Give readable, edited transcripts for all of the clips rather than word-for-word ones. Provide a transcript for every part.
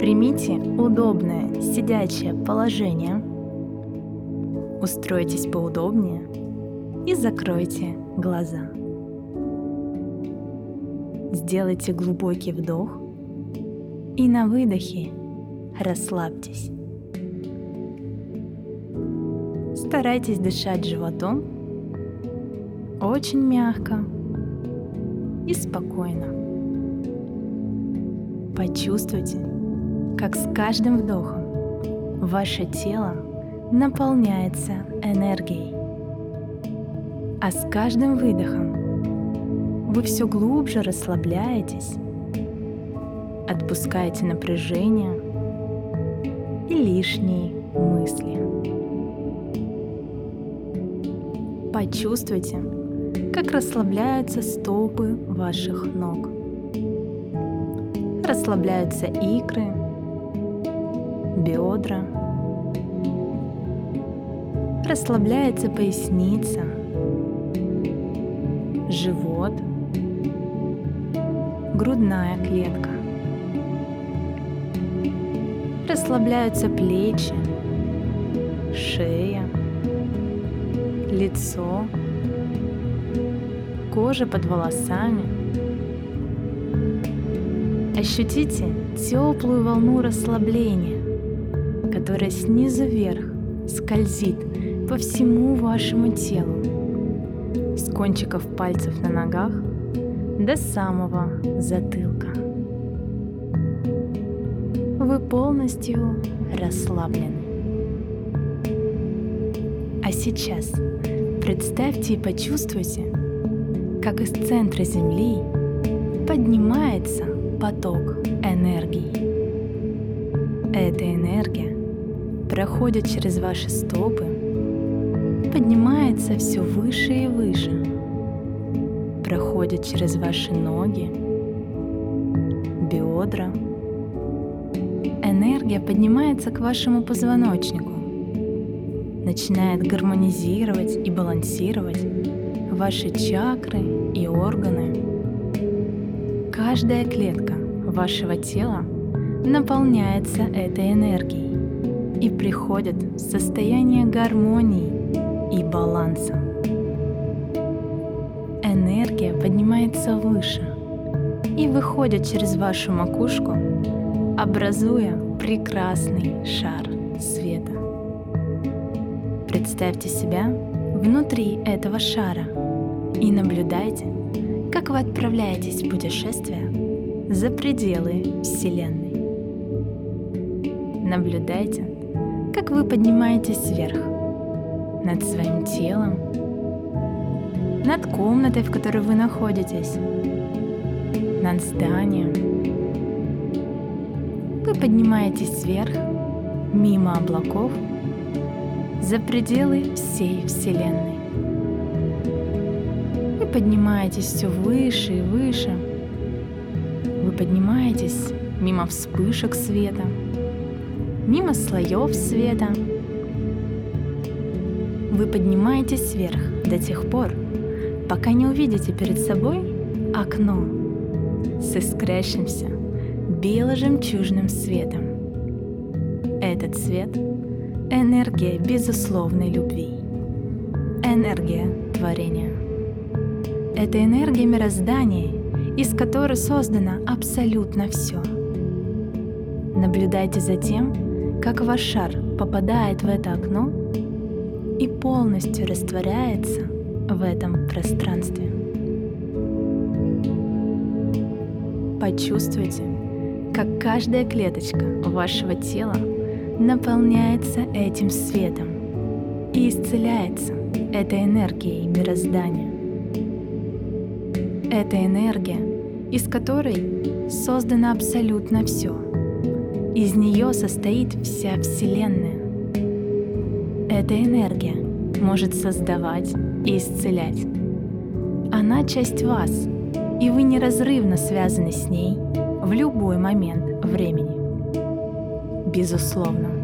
Примите удобное сидячее положение, устройтесь поудобнее и закройте глаза. Сделайте глубокий вдох и на выдохе расслабьтесь. Старайтесь дышать животом очень мягко и спокойно. Почувствуйте, как с каждым вдохом ваше тело наполняется энергией, а с каждым выдохом вы все глубже расслабляетесь, отпускаете напряжение и лишние мысли. Почувствуйте, как расслабляются стопы ваших ног, расслабляются икры, бедра, расслабляется поясница, живот, грудная клетка. Расслабляются плечи, шея, лицо, кожа под волосами. Ощутите теплую волну расслабления, которая снизу вверх скользит по всему вашему телу, с кончиков пальцев на ногах до самого затылка. Вы полностью расслаблены. А сейчас представьте и почувствуйте, как из центра Земли поднимается поток энергии. Эта энергия проходит через ваши стопы, поднимается все выше и выше, проходит через ваши ноги, бедра. Энергия поднимается к вашему позвоночнику, начинает гармонизировать и балансировать ваши чакры и органы. Каждая клетка вашего тела наполняется этой энергией и приходит в состояние гармонии и баланса. Энергия поднимается выше и выходит через вашу макушку, образуя прекрасный шар света. Представьте себя внутри этого шара и наблюдайте, как вы отправляетесь в путешествие за пределы Вселенной. Наблюдайте, как вы поднимаетесь вверх над своим телом, над комнатой, в которой вы находитесь, над зданием. Вы поднимаетесь вверх, мимо облаков, за пределы всей Вселенной. Вы поднимаетесь все выше и выше. Вы поднимаетесь мимо вспышек света, мимо слоев света. Вы поднимаетесь вверх до тех пор, пока не увидите перед собой окно с искрящимся бело-жемчужным светом. Этот свет — энергия безусловной любви, энергия творения. Это энергия мироздания, из которой создано абсолютно все. Наблюдайте за тем, как ваш шар попадает в это окно и полностью растворяется в этом пространстве. Почувствуйте, как каждая клеточка вашего тела наполняется этим светом и исцеляется этой энергией мироздания. Это энергия, из которой создано абсолютно все. Из нее состоит вся Вселенная. Эта энергия может создавать и исцелять. Она часть вас, и вы неразрывно связаны с ней в любой момент времени. Безусловно.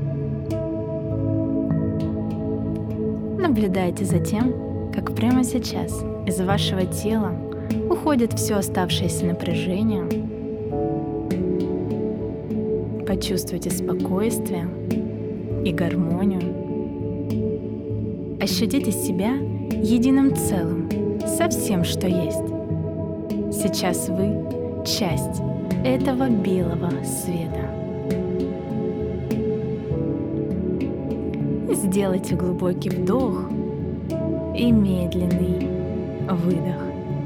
Наблюдайте за тем, как прямо сейчас из вашего тела уходит все оставшееся напряжение. Почувствуйте спокойствие и гармонию. Ощутите себя единым целым со всем, что есть. Сейчас вы — часть этого белого света. Сделайте глубокий вдох и медленный выдох.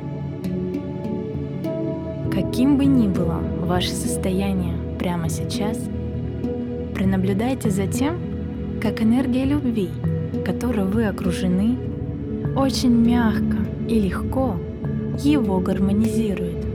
Каким бы ни было ваше состояние прямо сейчас, пронаблюдайте за тем, как энергия любви, которой вы окружены, очень мягко и легко его гармонизирует.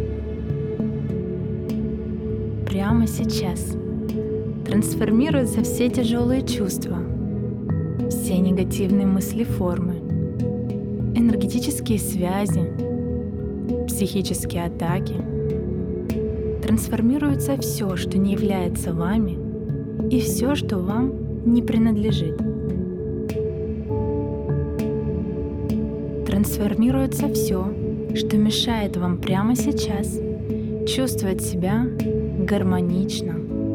Прямо сейчас трансформируются все тяжелые чувства, все негативные мыслеформы, энергетические связи, психические атаки. Трансформируется все, что не является вами, и все, что вам не принадлежит. Трансформируется все, что мешает вам прямо сейчас чувствовать себя гармонично,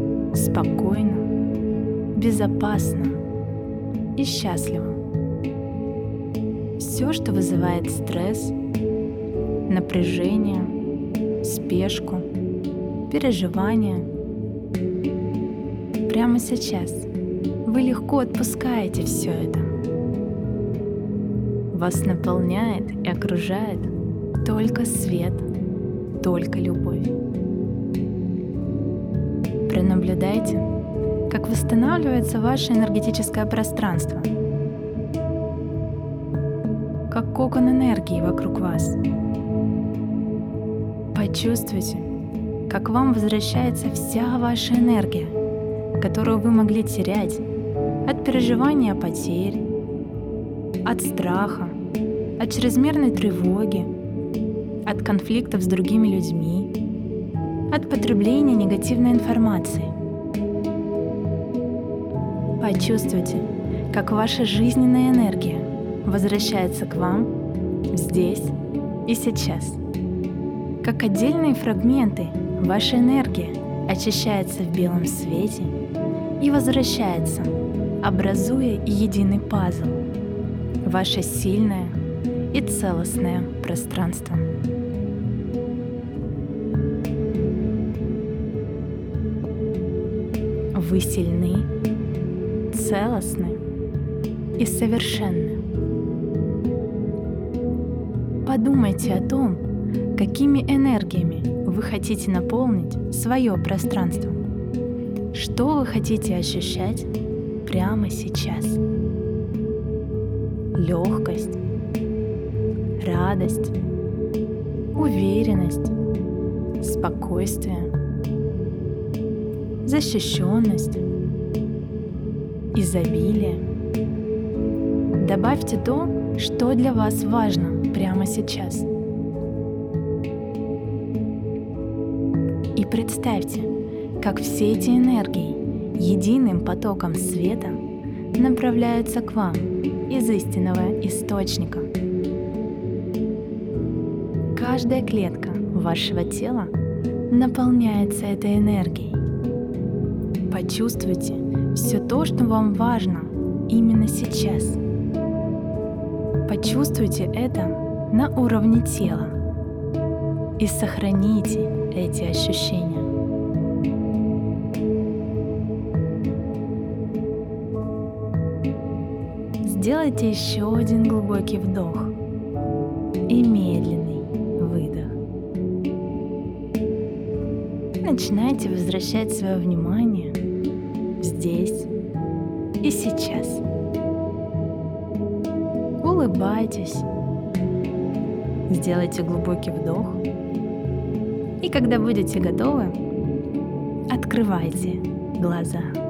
спокойно, безопасно и счастливо. Все, что вызывает стресс, напряжение, спешку, переживания. Прямо сейчас вы легко отпускаете все это. Вас наполняет и окружает только свет, только любовь. Пронаблюдайте, как восстанавливается ваше энергетическое пространство, как кокон энергии вокруг вас. Почувствуйте, как вам возвращается вся ваша энергия, которую вы могли терять от переживания потерь, от страха, от чрезмерной тревоги, от конфликтов с другими людьми, от потребления негативной информации. Почувствуйте, как ваша жизненная энергия возвращается к вам здесь и сейчас. Как отдельные фрагменты ваша энергия очищается в белом свете и возвращается, образуя единый пазл, ваше сильное и целостное пространство. Вы сильны, целостны и совершенны. Подумайте о том, какими энергиями вы хотите наполнить свое пространство. Что вы хотите ощущать прямо сейчас? Легкость, радость, уверенность, спокойствие, защищенность, изобилие. Добавьте то, что для вас важно прямо сейчас. И представьте, как все эти энергии единым потоком света направляются к вам из истинного источника. Каждая клетка вашего тела наполняется этой энергией. Почувствуйте все то, что вам важно именно сейчас. Почувствуйте это на уровне тела и сохраните эти ощущения. Сделайте еще один глубокий вдох и медленный выдох. Начинайте возвращать свое внимание здесь и сейчас. Улыбайтесь, сделайте глубокий вдох, и когда будете готовы, открывайте глаза.